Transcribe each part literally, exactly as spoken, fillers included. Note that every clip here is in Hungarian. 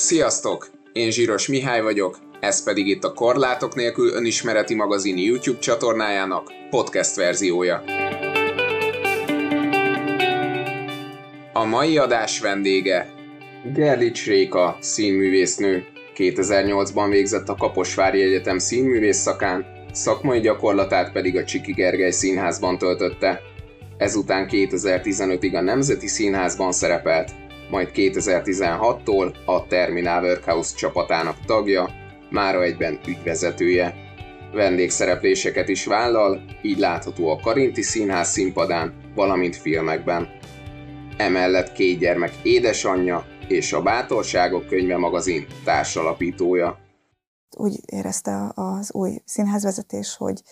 Sziasztok! Én Zsíros Mihály vagyok, ez pedig itt a Korlátok nélkül önismereti magazin YouTube csatornájának podcast verziója. A mai adás vendége Gerlics Réka színművésznő. kétezer-nyolcban végzett a Kaposvári Egyetem színművész szakán, szakmai gyakorlatát pedig a Csiky Gergely Színházban töltötte. Ezután kétezer-tizenötig a Nemzeti Színházban szerepelt, majd kétezer-tizenhattól a Terminál Workhouse csapatának tagja, mára egyben ügyvezetője. Vendégszerepléseket is vállal, így látható a Karinti Színház színpadán, valamint filmekben. Emellett két gyermek édesanyja és a Bátorságok könyve magazin társalapítója. Úgy érezte az új színházvezetés, hogy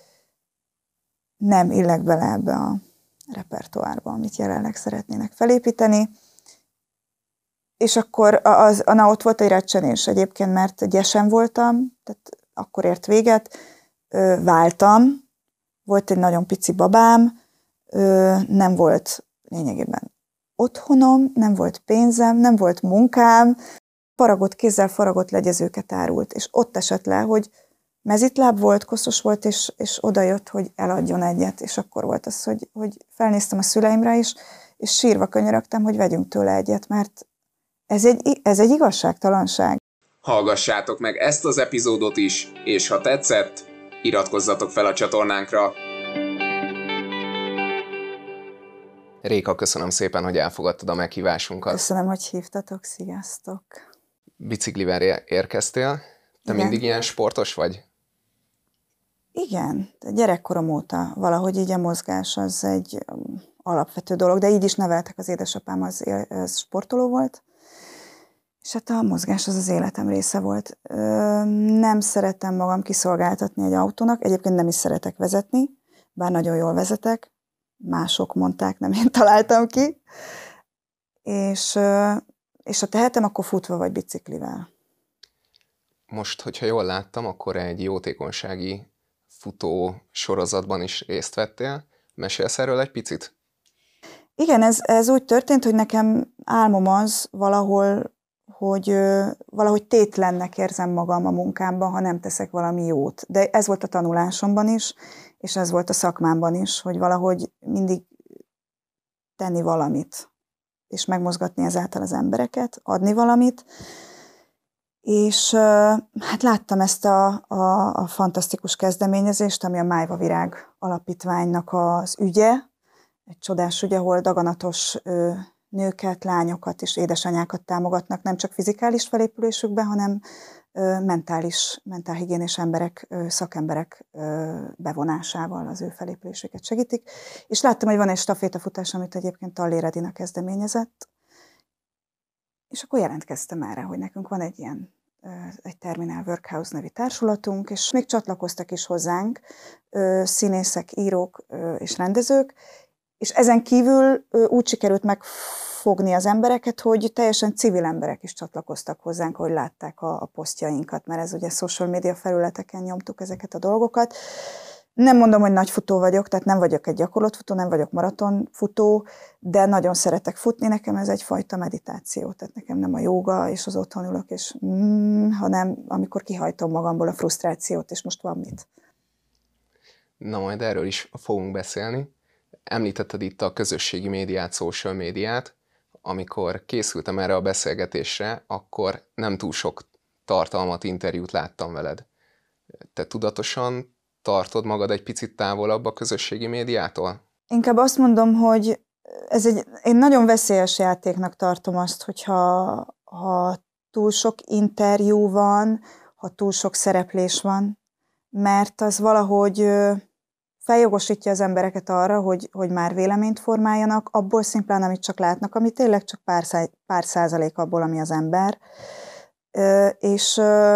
nem illek bele ebbe a repertoárba, amit jelenleg szeretnének felépíteni. És akkor az, na, ott volt egy recsenés egyébként, mert gyesen voltam, tehát akkor ért véget, váltam, volt egy nagyon pici babám, nem volt lényegében otthonom, nem volt pénzem, nem volt munkám, faragott kézzel faragott legyezőket árult, és ott esett le, hogy mezitláb volt, koszos volt, és, és oda jött, hogy eladjon egyet, és akkor volt az, hogy, hogy felnéztem a szüleimre is, és sírva könyörögtem, hogy vegyünk tőle egyet, mert ez egy, ez egy igazságtalanság. Hallgassátok meg ezt az epizódot is, és ha tetszett, iratkozzatok fel a csatornánkra. Réka, köszönöm szépen, hogy elfogadtad a meghívásunkat. Köszönöm, hogy hívtatok, sziasztok! Biciklivel érkeztél? Te Igen. Mindig ilyen sportos vagy? Igen, gyerekkorom óta valahogy így a mozgás az egy alapvető dolog, de így is neveltek, az édesapám az, az sportoló volt, és hát a mozgás az az életem része volt. Nem szeretem magam kiszolgáltatni egy autónak, egyébként nem is szeretek vezetni, bár nagyon jól vezetek, mások mondták, nem én találtam ki, és, és ha tehetem, akkor futva vagy biciklivel. Most, hogyha jól láttam, akkor egy jótékonysági futó sorozatban is részt vettél. Mesélsz erről egy picit? Igen, ez, ez úgy történt, hogy nekem álmom az valahol, hogy valahogy tétlennek érzem magam a munkámban, ha nem teszek valami jót. De ez volt a tanulásomban is, és ez volt a szakmámban is, hogy valahogy mindig tenni valamit, és megmozgatni ezáltal az embereket, adni valamit. És hát láttam ezt a, a, a fantasztikus kezdeményezést, ami a Májva Virág Alapítványnak az ügye, egy csodás ügy, ahol daganatos ö, nőket, lányokat és édesanyákat támogatnak, nem csak fizikális felépülésükben, hanem ö, mentális, mentálhigiénés emberek, ö, szakemberek ö, bevonásával az ő felépülésüket segítik. És láttam, hogy van egy stafétafutás, amit egyébként Tallér Edina kezdeményezett, és akkor jelentkeztem erre, hogy nekünk van egy ilyen, egy Terminál Workhouse nevű társulatunk, és még csatlakoztak is hozzánk színészek, írók és rendezők, és ezen kívül úgy sikerült megfogni az embereket, hogy teljesen civil emberek is csatlakoztak hozzánk, hogy látták a, a posztjainkat, mert ez ugye social media felületeken nyomtuk ezeket a dolgokat. Nem mondom, hogy nagy futó vagyok, tehát nem vagyok egy gyakorlott futó, nem vagyok maratonfutó, de nagyon szeretek futni, nekem ez egyfajta meditáció, tehát nekem nem a jóga, és az otthon ülök, és mm, hanem amikor kihajtom magamból a frusztrációt, és most van mit. Na, majd erről is fogunk beszélni. Említetted itt a közösségi médiát, social médiát. Amikor készültem erre a beszélgetésre, akkor nem túl sok tartalmat, interjút láttam veled. Te tudatosan tartod magad egy picit távolabb a közösségi médiától? Inkább azt mondom, hogy ez egy, én nagyon veszélyes játéknak tartom azt, hogyha ha túl sok interjú van, ha túl sok szereplés van, mert az valahogy feljogosítja az embereket arra, hogy, hogy már véleményt formáljanak, abból szimplán, amit csak látnak, ami tényleg csak pár, száj, pár százalék abból, ami az ember. És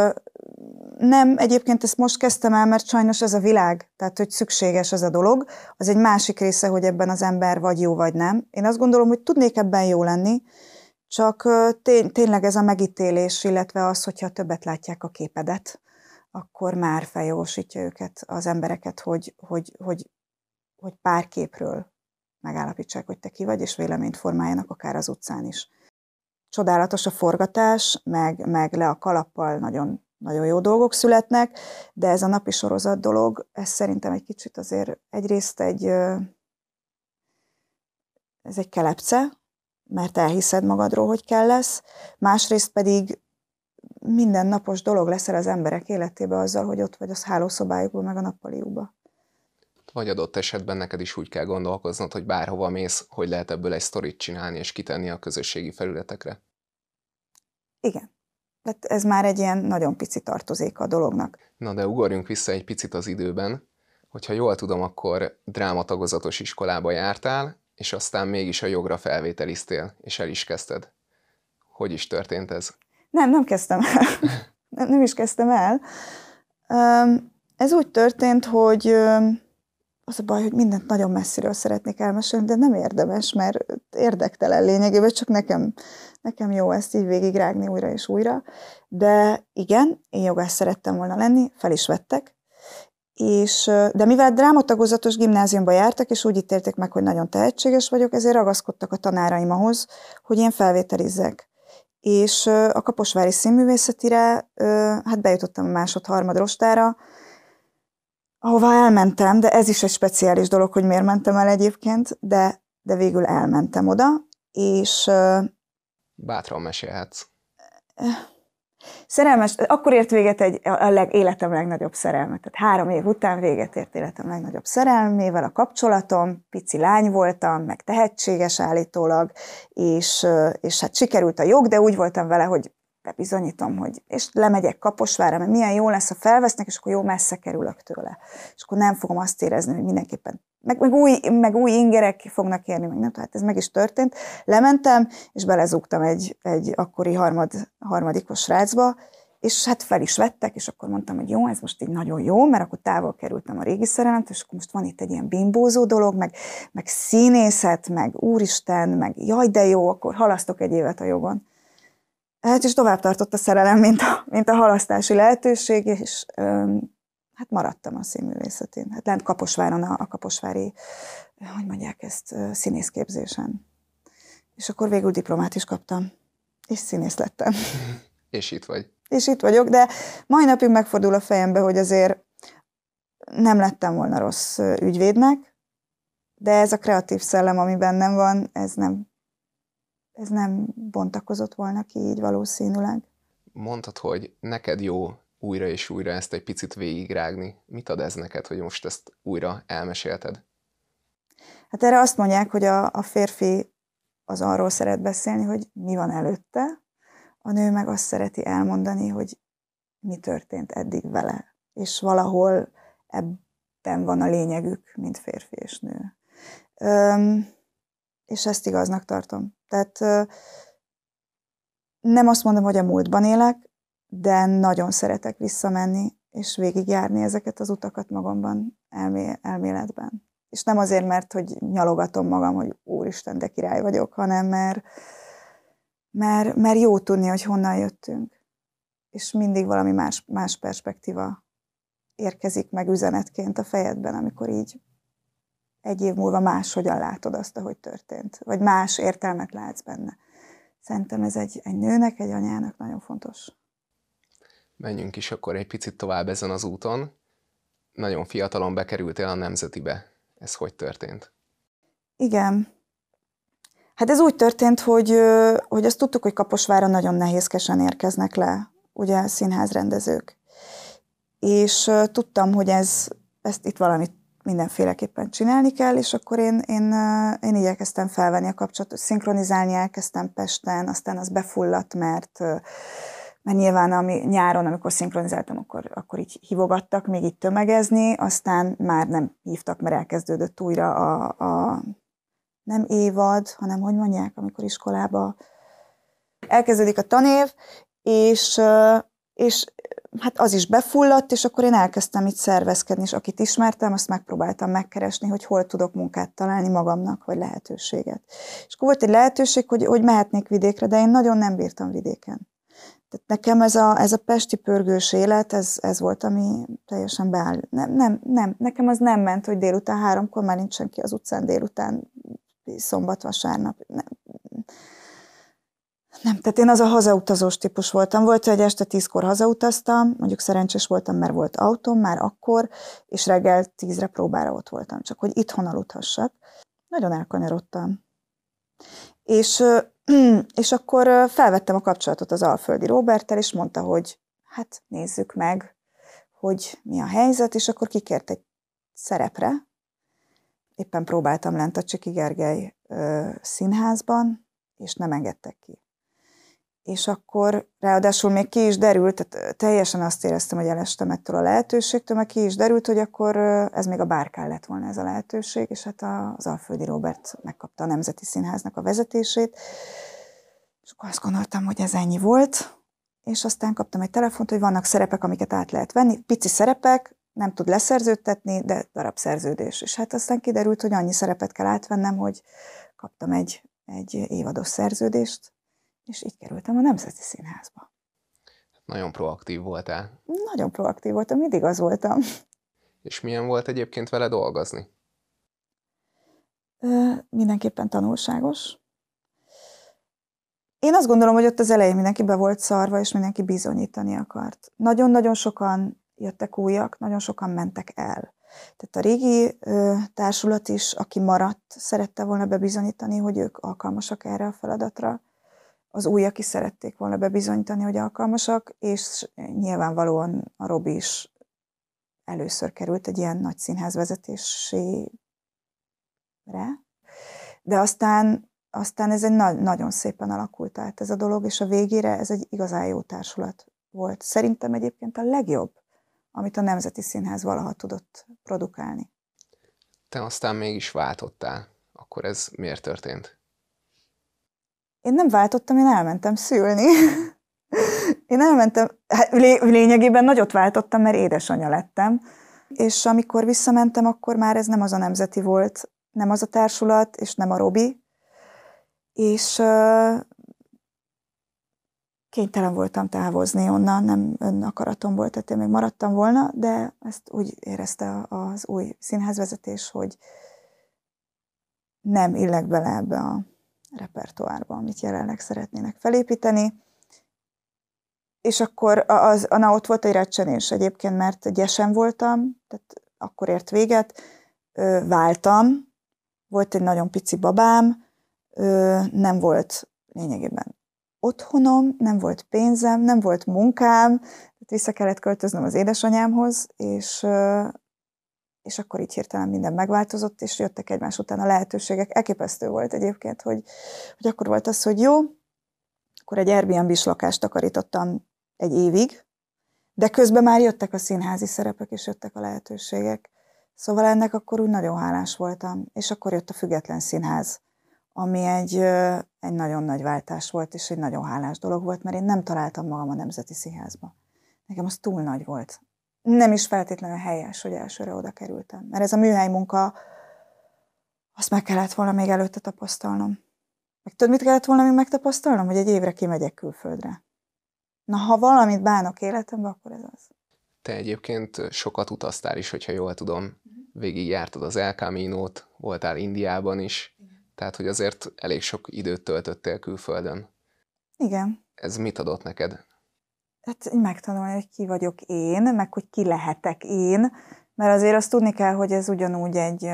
nem, egyébként ezt most kezdtem el, mert sajnos ez a világ, tehát hogy szükséges ez a dolog. Az egy másik része, hogy ebben az ember vagy jó, vagy nem. Én azt gondolom, hogy tudnék ebben jó lenni, csak tény, tényleg ez a megítélés, illetve az, hogyha többet látják a képedet, akkor már feljogosítja őket, az embereket, hogy, hogy, hogy, hogy pár képről megállapítsák, hogy te ki vagy, és véleményt formáljanak akár az utcán is. csodálatos a forgatás, meg, meg le a kalappal nagyon, nagyon jó dolgok születnek, de ez a napi sorozat dolog, ez szerintem egy kicsit azért egyrészt egy, ez egy kelepce, mert elhiszed magadról, hogy kell lesz, másrészt pedig mindennapos dolog leszel az emberek életébe azzal, hogy ott vagy az hálószobájukban, meg a nappaliukban. Vagy adott esetben neked is úgy kell gondolkoznod, hogy bárhova mész, hogy lehet ebből egy sztorit csinálni és kitenni a közösségi felületekre. Igen. Tehát ez már egy ilyen nagyon pici tartozéka a dolognak. Na de ugorjunk vissza egy picit az időben. Hogyha jól tudom, akkor drámatagozatos iskolába jártál, és aztán mégis a jogra felvételiztél, és el is kezdted. Hogy is történt ez? Nem, nem kezdtem el. nem, nem is kezdtem el. Ez úgy történt, hogy az a baj, hogy mindent nagyon messziről szeretnék elmesélni, de nem érdemes, mert érdektelen lényegében, csak nekem, nekem jó ezt így végigrágni újra és újra. De igen, én jogász szerettem volna lenni, fel is vettek, és, de mivel drámatagozatos gimnáziumba jártak, és úgy ítélték meg, hogy nagyon tehetséges vagyok, ezért ragaszkodtak a tanáraim ahhoz, hogy én felvételizzek. És a Kaposvári Színművészetire, hát bejutottam a másod-harmad rostára, ahová elmentem, de ez is egy speciális dolog, hogy miért mentem el egyébként, de, de végül elmentem oda, és... Bátran mesélhetsz. Szerelmes, akkor ért véget egy, a leg, életem legnagyobb szerelme. Tehát három év után véget ért életem legnagyobb szerelmével a kapcsolatom, pici lány voltam, meg tehetséges állítólag, és, és hát sikerült a jog, de úgy voltam vele, hogy bebizonyítom, hogy és lemegyek Kaposvárra, mert milyen jó lesz, ha felvesznek, és akkor jó messze kerülök tőle. És akkor nem fogom azt érezni, hogy mindenképpen, meg, meg, új, meg új ingerek fognak érni, meg nem, tehát ez meg is történt. Lementem, és belezúgtam egy, egy akkori harmad, harmadikos srácba, és hát fel is vettek, és akkor mondtam, hogy jó, ez most így nagyon jó, mert akkor távol kerültem a régi szerelemtől, és akkor most van itt egy ilyen bimbózó dolog, meg, meg színészet, meg úristen, meg jaj, de jó, akkor halasztok egy évet a jogon. Hát és tovább tartott a szerelem, mint a, mint a halasztási lehetőség, és öm, hát maradtam a színművészetén. Hát lent Kaposváron, a, a kaposvári, hogy mondják ezt, színészképzésen. És akkor végül diplomát is kaptam, és színész lettem. És itt vagy. És itt vagyok, de mai napig megfordul a fejembe, hogy azért nem lettem volna rossz ügyvédnek, de ez a kreatív szellem, ami bennem van, ez nem ez nem bontakozott volna ki így valószínűleg. Mondtad, hogy neked jó újra és újra ezt egy picit végigrágni. Mit ad ez neked, hogy most ezt újra elmesélted? Hát erre azt mondják, hogy a, a férfi az arról szeret beszélni, hogy mi van előtte, a nő meg azt szereti elmondani, hogy mi történt eddig vele. És valahol ebben van a lényegük, mint férfi és nő. Öm, és ezt igaznak tartom. Tehát nem azt mondom, hogy a múltban élek, de nagyon szeretek visszamenni, és végigjárni ezeket az utakat magamban, elmé- elméletben. És nem azért, mert hogy nyalogatom magam, hogy úristen, de király vagyok, hanem mert, mert, mert jó tudni, hogy honnan jöttünk. És mindig valami más, más perspektíva érkezik meg üzenetként a fejedben, amikor így egy év múlva máshogyan látod azt, ahogy történt. Vagy más értelmet látsz benne. Szerintem ez egy, egy nőnek, egy anyának nagyon fontos. Menjünk is akkor egy picit tovább ezen az úton. Nagyon fiatalon bekerültél a Nemzetibe. Ez hogy történt? Igen. Hát ez úgy történt, hogy, hogy azt tudtuk, hogy Kaposvárra nagyon nehézkesen érkeznek le, ugye színházrendezők. És tudtam, hogy ez, ezt itt valamit mindenféleképpen csinálni kell, és akkor én, én, én igyekeztem felvenni a kapcsolatot, szinkronizálni elkezdtem Pesten, aztán az befulladt, mert, mert nyilván ami, nyáron, amikor szinkronizáltam, akkor, akkor így hívogattak még így tömegezni, aztán már nem hívtak, mert elkezdődött újra a, a nem évad, hanem hogy mondják, amikor iskolába elkezdődik a tanév, és, és hát az is befulladt, és akkor én elkezdtem itt szervezkedni, és akit ismertem, azt megpróbáltam megkeresni, hogy hol tudok munkát találni magamnak, vagy lehetőséget. És akkor volt egy lehetőség, hogy, hogy mehetnék vidékre, de én nagyon nem bírtam vidéken. Tehát nekem ez a, ez a pesti pörgős élet, ez, ez volt, ami teljesen beáll. Nem, nem, nem, nekem az nem ment, hogy délután háromkor már nincs senki az utcán délután, szombat, vasárnap. Nem. Nem, tehát én az a hazautazós típus voltam. Volt, hogy este tízkor hazautaztam, mondjuk szerencsés voltam, mert volt autóm már akkor, és reggel tízre próbára ott voltam, csak hogy itthon aludhassak. Nagyon elkanyarodtam. És, és akkor felvettem a kapcsolatot az Alföldi Róberttel, és mondta, hogy hát nézzük meg, hogy mi a helyzet, és akkor kikért egy szerepre. Éppen próbáltam lent a Csiki Gergely ö, színházban, és nem engedtek ki. És akkor ráadásul még ki is derült, tehát teljesen azt éreztem, hogy elestem ettől a lehetőségtől, meg ki is derült, hogy akkor ez még a Bárkán lett volna ez a lehetőség, és hát az Alföldi Róbert megkapta a Nemzeti Színháznak a vezetését, és akkor azt gondoltam, hogy ez ennyi volt, és aztán kaptam egy telefont, hogy vannak szerepek, amiket át lehet venni, pici szerepek, nem tud leszerződtetni, de darabszerződés. És hát aztán kiderült, hogy annyi szerepet kell átvennem, hogy kaptam egy, egy évados szerződést, és így kerültem a Nemzeti Színházba. Nagyon proaktív voltál. Nagyon proaktív voltam, mindig az voltam. És milyen volt egyébként vele dolgozni? Ö, mindenképpen tanulságos. Én azt gondolom, hogy ott az elején mindenki be volt szarva, és mindenki bizonyítani akart. Nagyon-nagyon sokan jöttek újak, nagyon sokan mentek el. Tehát a régi ö, társulat is, aki maradt, szerette volna bebizonyítani, hogy ők alkalmasak erre a feladatra. Az újak is szerették volna bebizonyítani, hogy alkalmasak, és nyilvánvalóan a Robi is először került egy ilyen nagy színház vezetésére. De aztán, aztán ez egy na- nagyon szépen alakult át ez a dolog, és a végére ez egy igazán jó társulat volt. Szerintem egyébként a legjobb, amit a Nemzeti Színház valaha tudott produkálni. Te aztán mégis váltottál. Akkor ez miért történt? Én nem váltottam, én elmentem szülni. Én elmentem, hát lényegében nagyot váltottam, mert édesanyja lettem. És amikor visszamentem, akkor már ez nem az a Nemzeti volt, nem az a társulat, és nem a Robi. És uh, kénytelen voltam távozni onnan, nem önakaratom volt, tehát én még maradtam volna, de ezt úgy érezte az új színházvezetés, hogy nem illek bele ebbe a repertoárba, amit jelenleg szeretnének felépíteni. És akkor az, na, ott volt egy recsenés egyébként, mert gyesen voltam, tehát akkor ért véget, ö, váltam, volt egy nagyon pici babám, ö, nem volt lényegében otthonom, nem volt pénzem, nem volt munkám, tehát vissza kellett költöznöm az édesanyámhoz, és, ö, és akkor így hirtelen minden megváltozott, és jöttek egymás után a lehetőségek. Elképesztő volt egyébként, hogy, hogy akkor volt az, hogy jó, akkor egy Airbnb-s lakást takarítottam egy évig, de közben már jöttek a színházi szerepek, és jöttek a lehetőségek. Szóval ennek akkor úgy nagyon hálás voltam, és akkor jött a Független Színház, ami egy, egy nagyon nagy váltás volt, és egy nagyon hálás dolog volt, mert én nem találtam magam a Nemzeti Színházba. Nekem az túl nagy volt. Nem is feltétlenül helyes, hogy elsőre oda kerültem. Mert ez a műhely munka, azt meg kellett volna még előtte tapasztalnom. Meg tudod, mit kellett volna még megtapasztalnom? Hogy egy évre kimegyek külföldre. Na, ha valamit bánok életemben, akkor ez az. Te egyébként sokat utaztál is, hogyha jól tudom. Végigjártad az El Caminót, voltál Indiában is. Tehát, hogy azért elég sok időt töltöttél külföldön. Igen. Ez mit adott neked? Hát megtanulni, hogy ki vagyok én, meg hogy ki lehetek én, mert azért azt tudni kell, hogy ez ugyanúgy egy,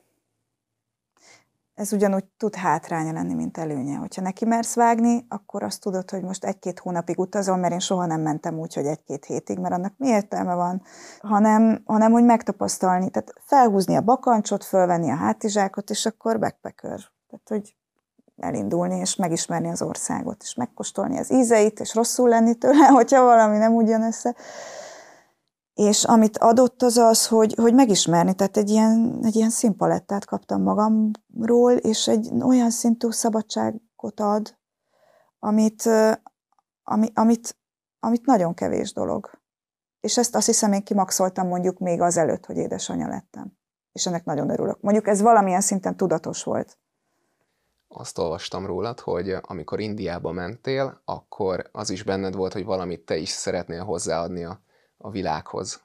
ez ugyanúgy tud hátránya lenni, mint előnye. Hogyha neki mersz vágni, akkor azt tudod, hogy most egy-két hónapig utazol, mert én soha nem mentem úgy, hogy egy-két hétig, mert annak mi értelme van, hanem, hanem hogy megtapasztalni, tehát felhúzni a bakancsot, fölvenni a hátizsákot, és akkor backpacker. Tehát, hogy elindulni, és megismerni az országot, és megkóstolni az ízeit, és rosszul lenni tőle, hogyha valami nem úgy jön össze. És amit adott az az, hogy, hogy megismerni, tehát egy ilyen, egy ilyen színpalettát kaptam magamról, és egy olyan szintű szabadságot ad, amit, ami, amit, amit nagyon kevés dolog. És ezt azt hiszem, én kimaxoltam mondjuk még azelőtt, hogy édesanyja lettem. És ennek nagyon örülök. Mondjuk ez valamilyen szinten tudatos volt. Azt olvastam rólad, hogy amikor Indiába mentél, akkor az is benned volt, hogy valamit te is szeretnél hozzáadni a, a világhoz.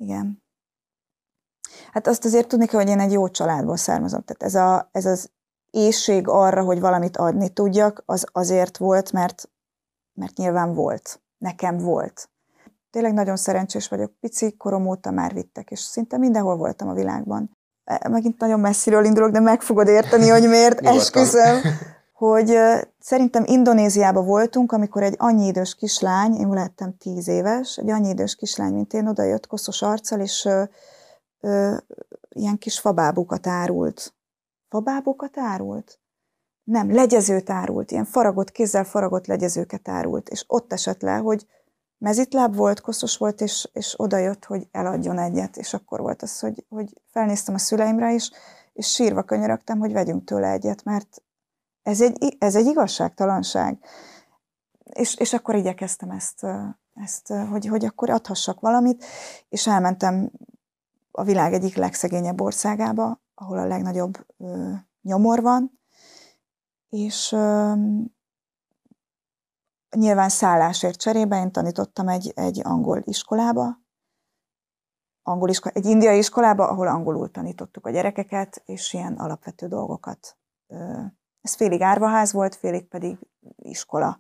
Igen. Hát azt azért tudni kell, hogy én egy jó családból származom. Tehát ez, a, ez az éhség arra, hogy valamit adni tudjak, az azért volt, mert, mert nyilván volt. Nekem volt. Tényleg nagyon szerencsés vagyok. Pici korom óta már vittek, és szinte mindenhol voltam a világban. Megint nagyon messziről indulok, de meg fogod érteni, hogy miért. Esküszöm, hogy uh, szerintem Indonéziában voltunk, amikor egy annyi idős kislány, én lehettem tíz éves, egy annyi idős kislány, mint én, oda jött koszos arccal, és uh, uh, ilyen kis fabábukat árult. Fabábukat árult? Nem, legyezőt árult, ilyen faragott, kézzel faragott legyezőket árult, és ott esett le, hogy mezitláb volt, koszos volt, és, és oda jött, hogy eladjon egyet, és akkor volt az, hogy, hogy felnéztem a szüleimre is, és sírva könyörögtem, hogy vegyünk tőle egyet, mert ez egy, ez egy igazságtalanság. És, és akkor igyekeztem ezt, ezt hogy, hogy akkor adhassak valamit, és elmentem a világ egyik legszegényebb országába, ahol a legnagyobb ö, nyomor van, és ö, nyilván szállásért cserébe én tanítottam egy, egy angol iskolába, angol iskola, egy indiai iskolába, ahol angolul tanítottuk a gyerekeket, és ilyen alapvető dolgokat. Ez félig árvaház volt, félig pedig iskola.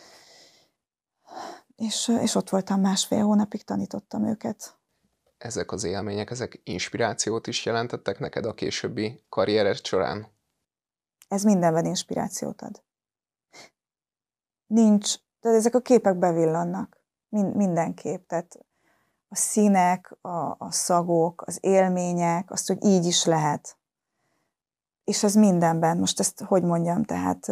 És, és ott voltam másfél hónapig, tanítottam őket. Ezek az élmények, ezek inspirációt is jelentettek neked a későbbi karriered során? Ez mindenben inspirációt ad. Nincs, tehát ezek a képek bevillannak. Mind, minden kép. Tehát a színek, a, a szagok, az élmények, azt, hogy így is lehet. És ez mindenben. Most ezt hogy mondjam, tehát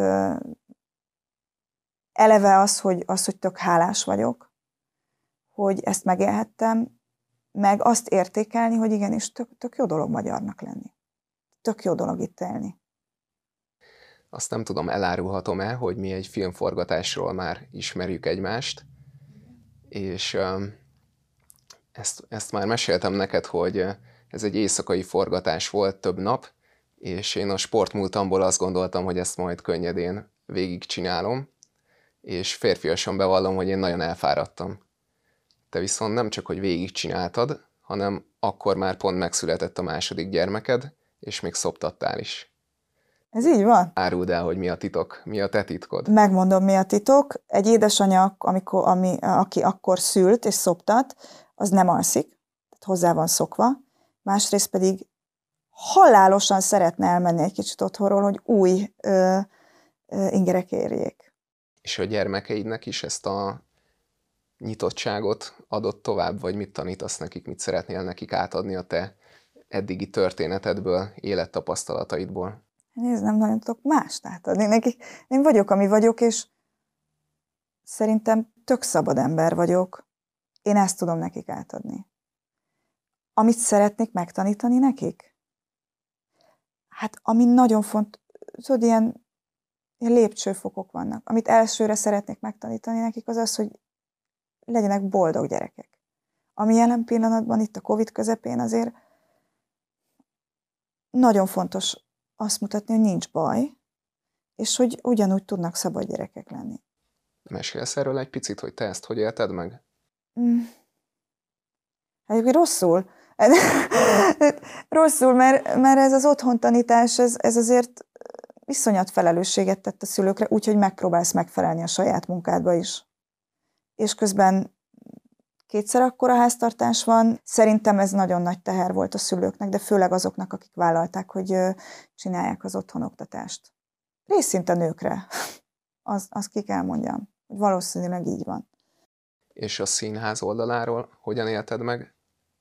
eleve az, hogy, az, hogy tök hálás vagyok, hogy ezt megélhettem, meg azt értékelni, hogy igenis tök, tök jó dolog magyarnak lenni. Tök jó dolog itt élni. Azt nem tudom, elárulhatom-e, hogy mi egy filmforgatásról már ismerjük egymást, és um, ezt, ezt már meséltem neked, hogy ez egy éjszakai forgatás volt, több nap, és én a sportmúltamból azt gondoltam, hogy ezt majd könnyedén végigcsinálom, és férfiasan bevallom, hogy én nagyon elfáradtam. Te viszont nem csak, hogy végigcsináltad, hanem akkor már pont megszületett a második gyermeked, és még szoptattál is. Ez így van? Áruld el, hogy mi a titok, mi a te titkod. Megmondom, mi a titok. Egy édesanyja, amikor, ami, aki akkor szült és szoptat, az nem alszik, tehát hozzá van szokva. Másrészt pedig halálosan szeretne elmenni egy kicsit otthonról, hogy új ö, ö, ingerek érjék. És a gyermekeidnek is ezt a nyitottságot adott tovább, vagy mit tanítasz nekik, mit szeretnél nekik átadni a te eddigi történetedből, élettapasztalataidból? Nézd, nem nagyon tudok mást átadni nekik. Én vagyok, ami vagyok, és szerintem tök szabad ember vagyok. Én ezt tudom nekik átadni. Amit szeretnék megtanítani nekik? Hát, ami nagyon fontos, tudod, ilyen, ilyen lépcsőfokok vannak. Amit elsőre szeretnék megtanítani nekik, az az, hogy legyenek boldog gyerekek. Ami jelen pillanatban itt a Covid közepén azért nagyon fontos azt mutatni, hogy nincs baj, és hogy ugyanúgy tudnak szabad gyerekek lenni. Mesélsz erről egy picit, hogy te ezt hogy élted meg? Mm. Egyébként rosszul. rosszul, mert, mert ez az otthontanítás, ez, ez azért iszonyat felelősséget tett a szülőkre, úgyhogy megpróbálsz megfelelni a saját munkádba is. És közben kétszer akkora háztartás van. Szerintem ez nagyon nagy teher volt a szülőknek, de főleg azoknak, akik vállalták, hogy csinálják az otthonoktatást. Részint a nőkre. Az, az ki kell mondjam, hogy valószínűleg így van. És a színház oldaláról hogyan élted meg?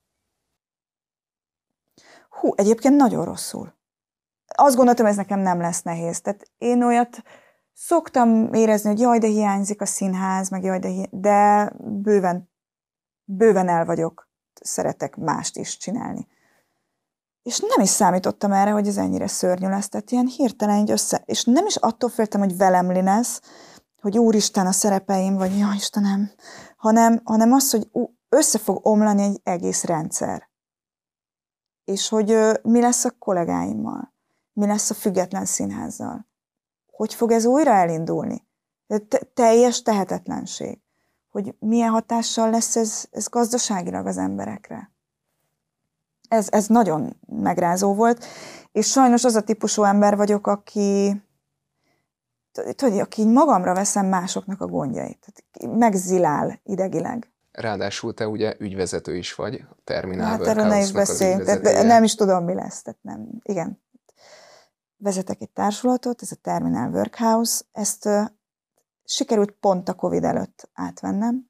Hú, egyébként nagyon rosszul. Azt gondoltam, ez nekem nem lesz nehéz. Tehát én olyat szoktam érezni, hogy jaj, de hiányzik a színház, meg jaj, de, hi- de bőven, bőven el vagyok. Szeretek mást is csinálni. És nem is számítottam erre, hogy ez ennyire szörnyű lesz. Tehát ilyen hirtelen így össze... És nem is attól féltem, hogy velem lesz, hogy úristen a szerepeim, vagy jaj, Istenem, hanem, hanem az, hogy össze fog omlani egy egész rendszer. És hogy mi lesz a kollégáimmal, mi lesz a független színházzal, hogy fog ez újra elindulni. Te- teljes tehetetlenség, hogy milyen hatással lesz ez, ez gazdaságilag az emberekre. Ez, ez nagyon megrázó volt, És sajnos az a típusú ember vagyok, aki, tudod, aki magamra veszem másoknak a gondjait. Tehát megzilál idegileg. Ráadásul te ugye ügyvezető is vagy, a Terminal hát erről ne is beszéljünk, tehát nem is tudom, mi lesz. Tehát nem. Igen. Vezetek egy társulatot, ez a Terminal Workhouse, ezt uh, sikerült pont a Covid előtt átvennem.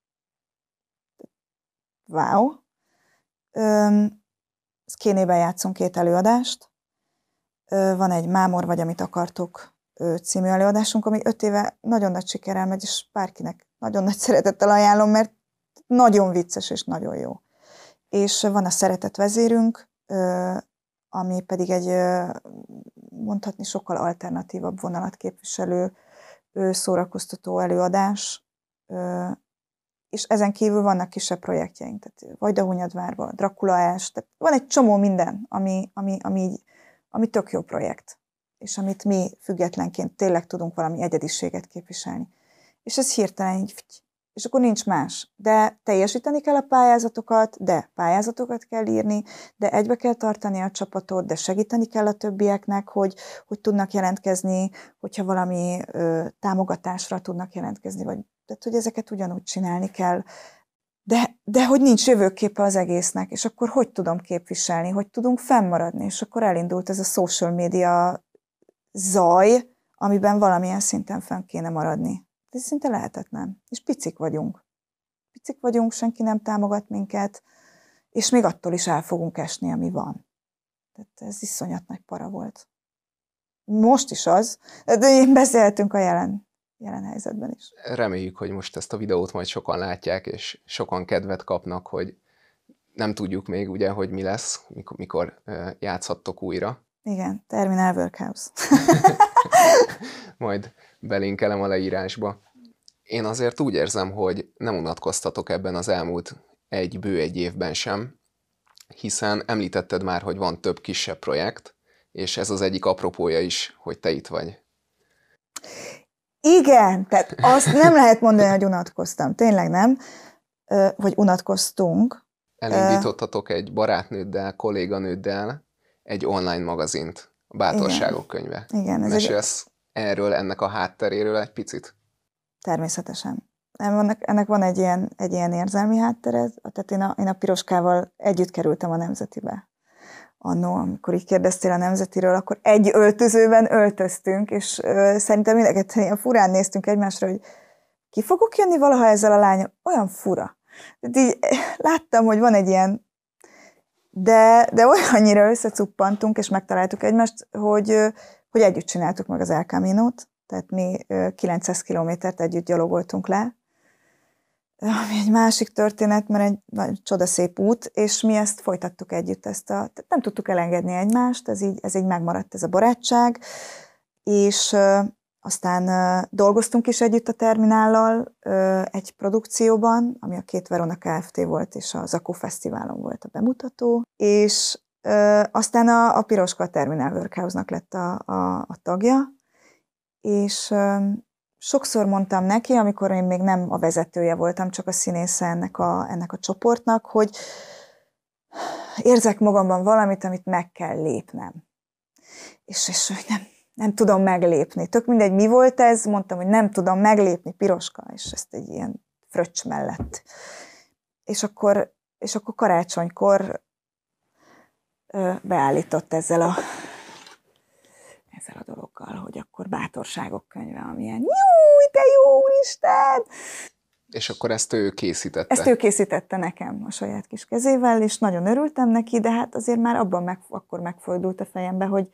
Wow! Um, Kénében játszunk két előadást. Uh, van egy Mámor vagy, amit akartok uh, című előadásunk, ami öt éve nagyon nagy sikerrel megy, és bárkinek nagyon nagy szeretettel ajánlom, mert nagyon vicces és nagyon jó. És van a Szeretet vezérünk, uh, ami pedig egy, uh, mondhatni, sokkal alternatívabb vonalat képviselő uh, szórakoztató előadás, uh, és ezen kívül vannak kisebb projektjeink, tehát Vajdahunyadvárban, Dracula-es, tehát van egy csomó minden, ami, ami, ami, ami tök jó projekt, és amit mi függetlenként tényleg tudunk valami egyediséget képviselni. És ez hirtelen így, és akkor nincs más. De teljesíteni kell a pályázatokat, de pályázatokat kell írni, de egybe kell tartani a csapatot, de segíteni kell a többieknek, hogy, hogy tudnak jelentkezni, hogyha valami ö, támogatásra tudnak jelentkezni, vagy tehát, hogy ezeket ugyanúgy csinálni kell, de, de hogy nincs jövőképe az egésznek, és akkor hogy tudom képviselni, hogy tudunk fennmaradni, és akkor elindult ez a social media zaj, amiben valamilyen szinten fenn kéne maradni. Ez szinte lehetetlen. És picik vagyunk. Picik vagyunk, senki nem támogat minket, és még attól is el fogunk esni, ami van. Tehát ez iszonyat nagy para volt. Most is az, de én beszéltünk a jelen jelen helyzetben is. Reméljük, hogy most ezt a videót majd sokan látják, és sokan kedvet kapnak, hogy nem tudjuk még ugye, hogy mi lesz, mikor, mikor játszhattok újra. Igen, Terminal Workhouse. Majd belinkelem a leírásba. Én azért úgy érzem, hogy nem unatkoztatok ebben az elmúlt egy bő egy évben sem, hiszen említetted már, hogy van több kisebb projekt, és ez az egyik apropója is, hogy te itt vagy. Igen, tehát azt nem lehet mondani, hogy unatkoztam. Tényleg nem. Vagy unatkoztunk. Elindítottatok egy barátnőddel, kolléganőddel egy online magazint, a Bátorságok könyve. Igen. Mesélsz egy... erről, ennek a hátteréről egy picit? Természetesen. Ennek, ennek van egy ilyen, egy ilyen érzelmi háttere. Tehát én a, én a Piroskával együtt kerültem a Nemzetibe. Annó, amikor így kérdeztél a Nemzetiről, akkor egy öltözőben öltöztünk, és ö, szerintem mindeket ilyen furán néztünk egymásra, hogy ki fogok jönni valaha ezzel a lányom? Olyan fura. Tehát így láttam, hogy van egy ilyen, de, de olyannyira összecuppantunk, és megtaláltuk egymást, hogy, hogy együtt csináltuk meg az El Caminót, tehát mi kilencszáz kilométert együtt gyalogoltunk le, ami egy másik történet, mert egy nagy csodaszép út, és mi ezt folytattuk együtt, ezt a, nem tudtuk elengedni egymást, ez így, ez így megmaradt ez a barátság, és uh, aztán uh, dolgoztunk is együtt a Terminállal uh, egy produkcióban, ami a Két Verona Kft. Volt, és a Zakó Fesztiválon volt a bemutató, és uh, aztán a, a Piroska a Terminal Workhouse-nak lett a, a, a tagja, és uh, sokszor mondtam neki, amikor én még nem a vezetője voltam, csak a színésze ennek a, ennek a csoportnak, hogy érzek magamban valamit, amit meg kell lépnem. És, és nem, nem tudom meglépni. Tök mindegy, mi volt ez, mondtam, hogy nem tudom meglépni, Piroska, és ezt egy ilyen fröccs mellett. És akkor, és akkor karácsonykor ö, beállított ezzel a ezzel a dologgal, hogy akkor Bátorságok könyve, amilyen júj, te jó Úristen! És akkor ezt ő készítette? Ezt ő készítette nekem a saját kis kezével, és nagyon örültem neki, de hát azért már abban meg, akkor megfordult a fejembe, hogy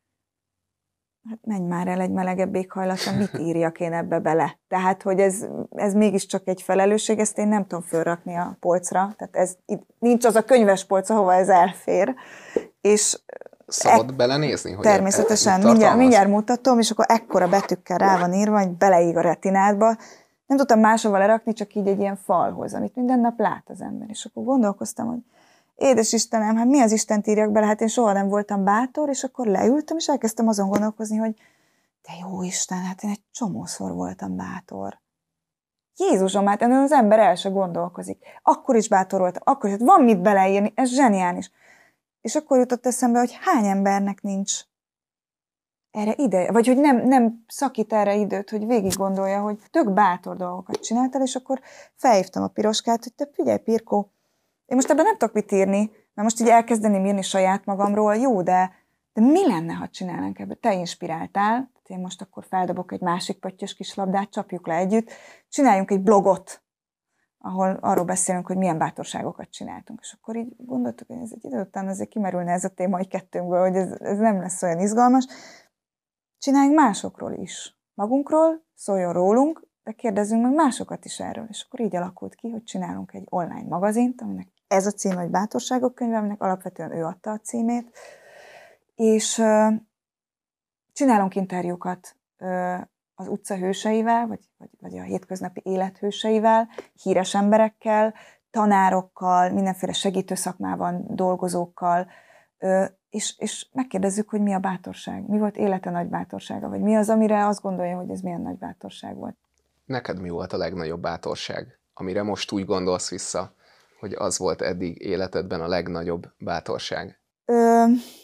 hát menj már el egy melegebb éghajlatra, mit írjak én ebbe bele? Tehát, hogy ez, ez mégiscsak egy felelősség, ezt én nem tudom fölrakni a polcra, tehát ez, nincs az a könyves polc, ahova ez elfér, és szabad e- belenézni? Hogy természetesen, mindjárt, mindjárt mutatom, és akkor ekkora betűkkel rá van írva, hogy beleíg a retinádba. Nem tudtam máshova lerakni, csak így egy ilyen falhoz, amit minden nap lát az ember. És akkor gondolkoztam, hogy édes Istenem, hát mi az Istent írjak bele? Hát én soha nem voltam bátor, és akkor leültem, és elkezdtem azon gondolkozni, hogy de jó Isten, hát én egy csomószor voltam bátor. Jézusom, hát ezen az ember el se gondolkozik. Akkor is bátor voltam, akkor is, hát van mit beleírni, ez zseniális. És akkor jutott eszembe, hogy hány embernek nincs erre ideje, vagy hogy nem, nem szakít erre időt, hogy végig gondolja, hogy tök bátor dolgokat csináltál, és akkor felhívtam a Piroskát, hogy te figyelj, Pirkó, én most ebben nem tudok mit írni, mert most így elkezdeném írni saját magamról, jó, de, de mi lenne, ha csinálnánk ebből? Te inspiráltál, én most akkor feldobok egy másik pöttyös kis labdát, csapjuk le együtt, csináljunk egy blogot, ahol arról beszélünk, hogy milyen bátorságokat csináltunk. És akkor így gondoltuk, hogy ez egy idő után azért kimerülne ez a téma egy kettőnkből, hogy ez, ez nem lesz olyan izgalmas. Csináljunk másokról is. Magunkról, szóljon rólunk, de kérdezzünk meg másokat is erről. És akkor így alakult ki, hogy csinálunk egy online magazint, aminek ez a címe, hogy Bátorságok könyve, aminek alapvetően ő adta a címét. És uh, csinálunk interjúkat uh, az utca hőseivel, vagy, vagy, vagy a hétköznapi élet hőseivel, híres emberekkel, tanárokkal, mindenféle segítő szakmában dolgozókkal, uh, és, és megkérdezzük, hogy mi a bátorság, mi volt élete nagy bátorsága, vagy mi az, amire azt gondolja, hogy ez milyen nagy bátorság volt. Neked mi volt a legnagyobb bátorság, amire most úgy gondolsz vissza, hogy az volt eddig életedben a legnagyobb bátorság? Ö,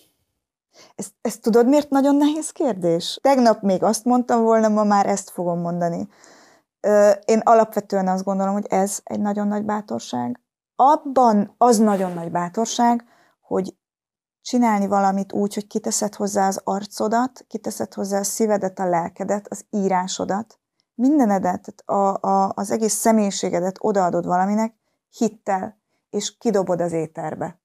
ezt, ezt tudod, miért nagyon nehéz kérdés? Tegnap még azt mondtam volna, ma már ezt fogom mondani. Ö, én alapvetően azt gondolom, hogy ez egy nagyon nagy bátorság. Abban az nagyon nagy bátorság, hogy csinálni valamit úgy, hogy kiteszed hozzá az arcodat, kiteszed hozzá a szívedet, a lelkedet, az írásodat, mindenedet, a, a, az egész személyiségedet odaadod valaminek hittel, és kidobod az éterbe.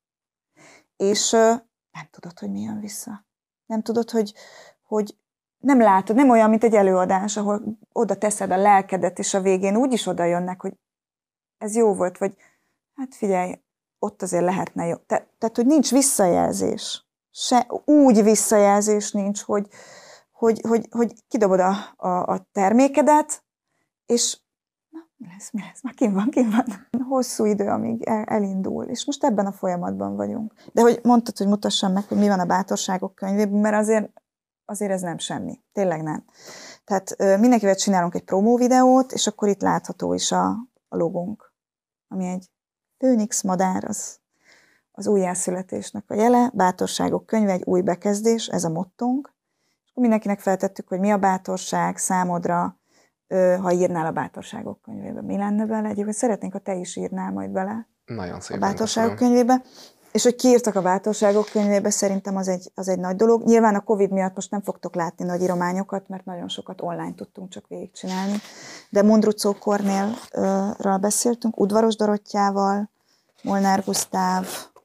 És ö, nem tudod, hogy mi jön vissza. Nem tudod, hogy, hogy nem látod, nem olyan, mint egy előadás, ahol oda teszed a lelkedet, és a végén úgy is oda jönnek, hogy ez jó volt, vagy hát figyelj, ott azért lehetne jó. Te, tehát, hogy nincs visszajelzés. Se, úgy visszajelzés nincs, hogy, hogy, hogy, hogy kidobod a, a, a termékedet, és na, mi lesz, mi lesz, már kim van, kim van. Hosszú idő, amíg el, elindul, és most ebben a folyamatban vagyunk. De hogy mondtad, hogy mutassam meg, hogy mi van a Bátorságok könyvében, mert azért, azért ez nem semmi. Tényleg nem. Tehát mindenkivel csinálunk egy promó videót, és akkor itt látható is a, a logónk, ami egy főnix madár, az, az újjászületésnek a jele, Bátorságok könyve, egy új bekezdés, ez a mottónk. És akkor mindenkinek feltettük, hogy mi a bátorság számodra, ha írnál a Bátorságok könyvébe. Mi lenne bele? Egyébként szeretnénk, ha te is írnál majd bele Nagyon szépen a Bátorságok köszönöm. könyvébe. És hogy kiírtak a Bátorságok könyvébe, szerintem az egy, az egy nagy dolog. Nyilván a Covid miatt most nem fogtok látni nagy írományokat, mert nagyon sokat online tudtunk csak végigcsinálni. De Mondruczó Kornélral beszéltünk, Udvaros Dorottyával, Molnár Gusztáv,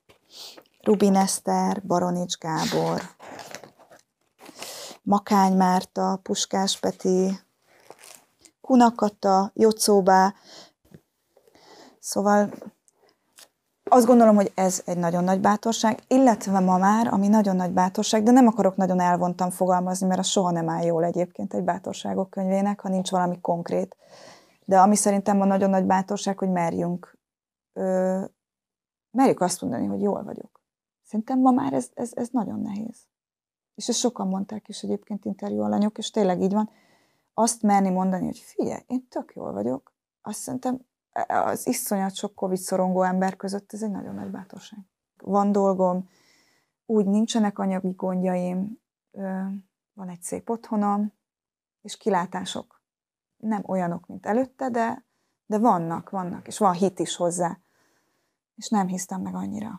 Rubin Eszter, Baronics Gábor, Makány Márta, Puskás Peti, Kunakata, Jocóbá. Szóval azt gondolom, hogy ez egy nagyon nagy bátorság, illetve ma már, ami nagyon nagy bátorság, de nem akarok nagyon elvontan fogalmazni, mert az soha nem áll jól egyébként egy Bátorságok könyvének, ha nincs valami konkrét. De ami szerintem a nagyon nagy bátorság, hogy merjünk, ö, merjük azt mondani, hogy jól vagyok. Szerintem ma már ez, ez, ez nagyon nehéz. És ezt sokan mondták is egyébként interjú alanyok, és tényleg így van. Azt merni mondani, hogy figyelj, én tök jól vagyok, azt szerintem az iszonyat sok Covid szorongó ember között ez egy nagyon nagy bátorság. Van dolgom, úgy nincsenek anyagi gondjaim, van egy szép otthonom, és kilátások nem olyanok, mint előtte, de, de vannak, vannak, és van hit is hozzá. És nem hisztem meg annyira.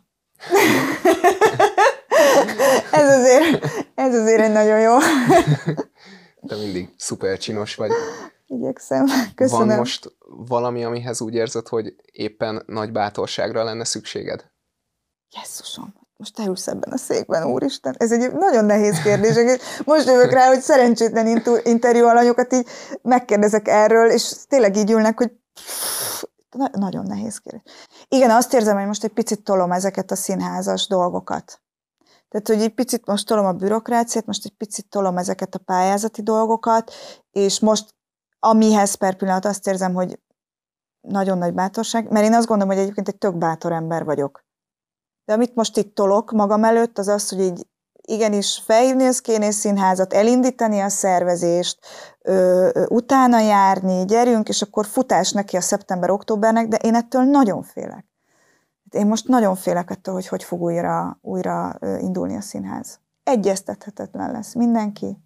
ez, azért, ez azért egy nagyon jó. Te mindig szuper csinos vagy. Igyekszem. Köszönöm. Van most valami, amihez úgy érzed, hogy éppen nagy bátorságra lenne szükséged? Jesszusom, most te ülsz ebben a székben, úristen. Ez egy nagyon nehéz kérdés. Most jövök rá, hogy szerencsétlen interjú alanyokat így megkérdezek erről, és tényleg így ülnek, hogy na, nagyon nehéz kérdés. Igen, azt érzem, hogy most egy picit tolom ezeket a színházas dolgokat. Tehát, hogy egy picit most tolom a bürokráciát, most egy picit tolom ezeket a pályázati dolgokat, és most amihez per pillanat azt érzem, hogy nagyon nagy bátorság, mert én azt gondolom, hogy egyébként egy tök bátor ember vagyok. De amit most itt tolok magam előtt, az az, hogy így igenis felhívni a Szkénész Színházat, elindítani a szervezést, ö, ö, utána járni, gyerünk, és akkor futás neki a szeptember-októbernek, de én ettől nagyon félek. Én most nagyon félek ettől, hogy hogy fog újra, újra indulni a színház. Egyeztethetetlen lesz mindenki,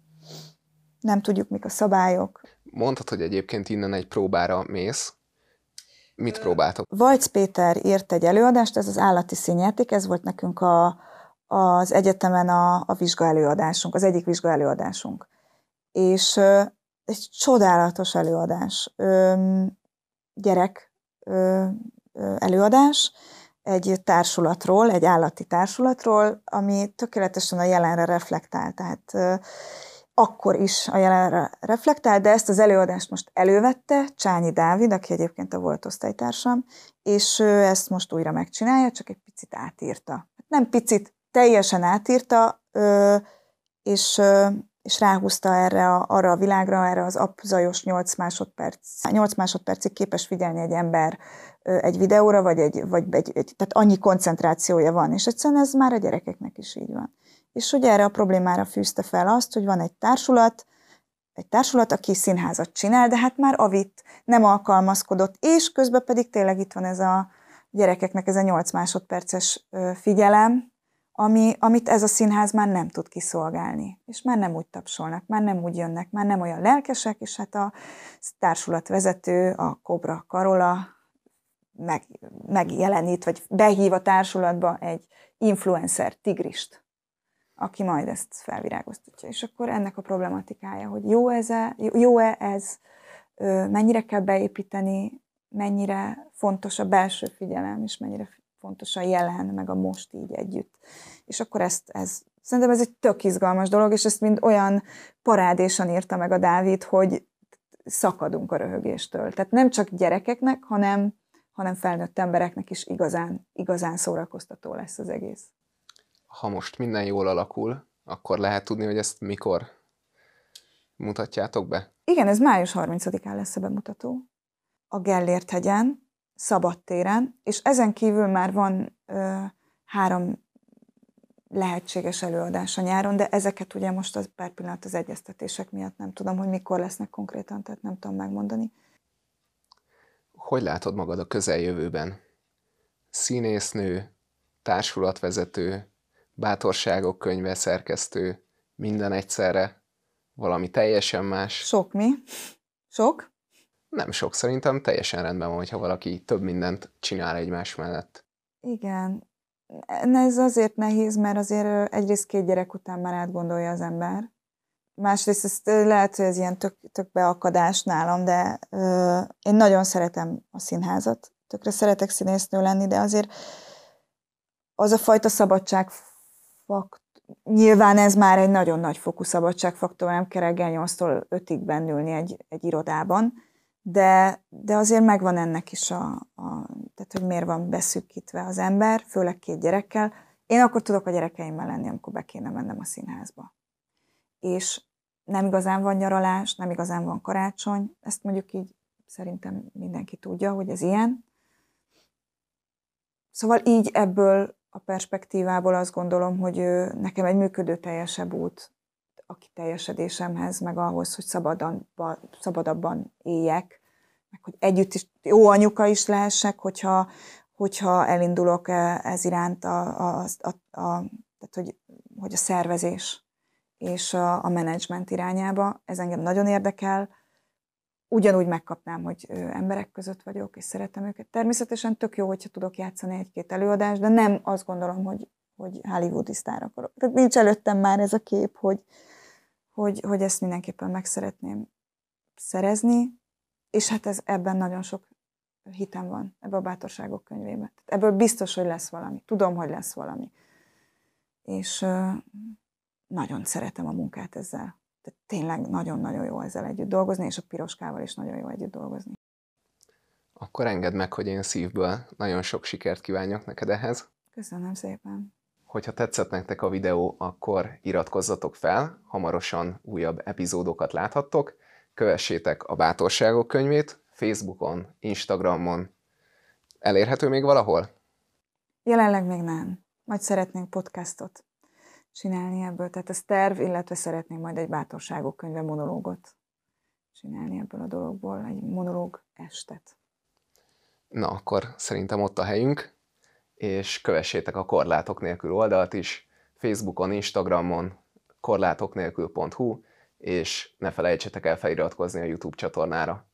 nem tudjuk, mik a szabályok. Mondtad, hogy egyébként innen egy próbára mész. Mit próbáltok? Vajc Péter írt egy előadást, ez az állati színjáték, ez volt nekünk a, az egyetemen a, a vizsgaelőadásunk, az egyik vizsgaelőadásunk. És ö, egy csodálatos előadás, ö, gyerek ö, ö, előadás, egy társulatról, egy állati társulatról, ami tökéletesen a jelenre reflektál. Tehát ö, akkor is a jelenre reflektál, de ezt az előadást most elővette Csányi Dávid, aki egyébként a volt osztálytársam, és ő ezt most újra megcsinálja, csak egy picit átírta. Nem picit, teljesen átírta, ö, és, ö, és ráhúzta erre a, arra a világra, erre az apzajos nyolc másodperc. nyolc másodpercig képes figyelni egy ember egy videóra, vagy egy, vagy egy, egy, tehát annyi koncentrációja van, és egyszerűen ez már a gyerekeknek is így van. És hogy erre a problémára fűzte fel azt, hogy van egy társulat, egy társulat, aki színházat csinál, de hát már avit nem alkalmazkodott, és közben pedig tényleg itt van ez a gyerekeknek ez a nyolc másodperces figyelem, ami, amit ez a színház már nem tud kiszolgálni. És már nem úgy tapsolnak, már nem úgy jönnek, már nem olyan lelkesek, és hát a társulatvezető, a Kobra Karola meg, megjelenít, vagy behív a társulatba egy influencer tigrist, aki majd ezt felvirágoztatja. És akkor ennek a problematikája, hogy jó-e, jó-e ez, mennyire kell beépíteni, mennyire fontos a belső figyelem, és mennyire fontos a jelen, meg a most így együtt. És akkor ezt, ez, szerintem ez egy tök izgalmas dolog, és ezt mind olyan parádésan írta meg a Dávid, hogy szakadunk a röhögéstől. Tehát nem csak gyerekeknek, hanem, hanem felnőtt embereknek is igazán, igazán szórakoztató lesz az egész. Ha most minden jól alakul, akkor lehet tudni, hogy ezt mikor mutatjátok be? Igen, ez május harmincadikán lesz a bemutató. A Gellért-hegyen, szabadtéren, és ezen kívül már van ö, három lehetséges előadás a nyáron, de ezeket ugye most az per pillanat az egyeztetések miatt nem tudom, hogy mikor lesznek konkrétan, tehát nem tudom megmondani. Hogy látod magad a közeljövőben? Színésznő, társulatvezető, bátorságok könyve szerkesztő, minden egyszerre, valami teljesen más? Sok mi? Sok? Nem sok, szerintem teljesen rendben van, hogyha valaki több mindent csinál egymás mellett. Igen. Ez azért nehéz, mert azért egyrészt két gyerek után már átgondolja az ember. Másrészt ez lehet, hogy ez ilyen tök, tök beakadás nálam, de ö, én nagyon szeretem a színházat. Tökre szeretek színésznő lenni, de azért az a fajta szabadságfaktor, nyilván ez már egy nagyon nagy fokú szabadságfaktor, nem kell reggel nyolctól ötig bennülni egy, egy irodában, de, de azért megvan ennek is a, a, tehát hogy miért van beszűkítve az ember, főleg két gyerekkel. Én akkor tudok a gyerekeimmel lenni, amikor be kéne mennem a színházba. És nem igazán van nyaralás, nem igazán van karácsony, ezt mondjuk így szerintem mindenki tudja, hogy ez ilyen. Szóval így ebből a perspektívából azt gondolom, hogy nekem egy működőteljesebb út a kiteljesedésemhez, meg ahhoz, hogy szabadan, szabadabban éljek, meg hogy együtt is jó anyuka is lehessek, hogyha, hogyha elindulok ez iránt, a, a, a, a, tehát hogy, hogy a szervezés és a, a menedzsment irányába. Ez engem nagyon érdekel. Ugyanúgy megkapnám, hogy emberek között vagyok, és szeretem őket. Természetesen tök jó, hogyha tudok játszani egy-két előadást, de nem azt gondolom, hogy, hogy hollywoodi sztár akarok. Tehát nincs előttem már ez a kép, hogy, hogy, hogy ezt mindenképpen meg szeretném szerezni, és hát ez, ebben nagyon sok hitem van, ebben a bátorságok könyvében. Tehát ebből biztos, hogy lesz valami. Tudom, hogy lesz valami. És uh, nagyon szeretem a munkát ezzel. Tehát tényleg nagyon-nagyon jó ezzel együtt dolgozni, és a Piroskával is nagyon jó együtt dolgozni. Akkor engedd meg, hogy én szívből nagyon sok sikert kívánjak neked ehhez. Köszönöm szépen. Hogyha tetszett nektek a videó, akkor iratkozzatok fel, hamarosan újabb epizódokat láthattok. Kövessétek a Bátorságok könyvét Facebookon, Instagramon. Elérhető még valahol? Jelenleg még nem. Majd szeretnénk podcastot csinálni ebből. Tehát ez terv, illetve szeretnénk majd egy Bátorságok könyve monológot csinálni ebből a dologból, egy monológ estet. Na, akkor szerintem ott a helyünk, és kövessétek a Korlátok nélkül oldalt is, Facebookon, Instagramon, korlátoknélkül pont hu, és ne felejtsetek el feliratkozni a YouTube csatornára.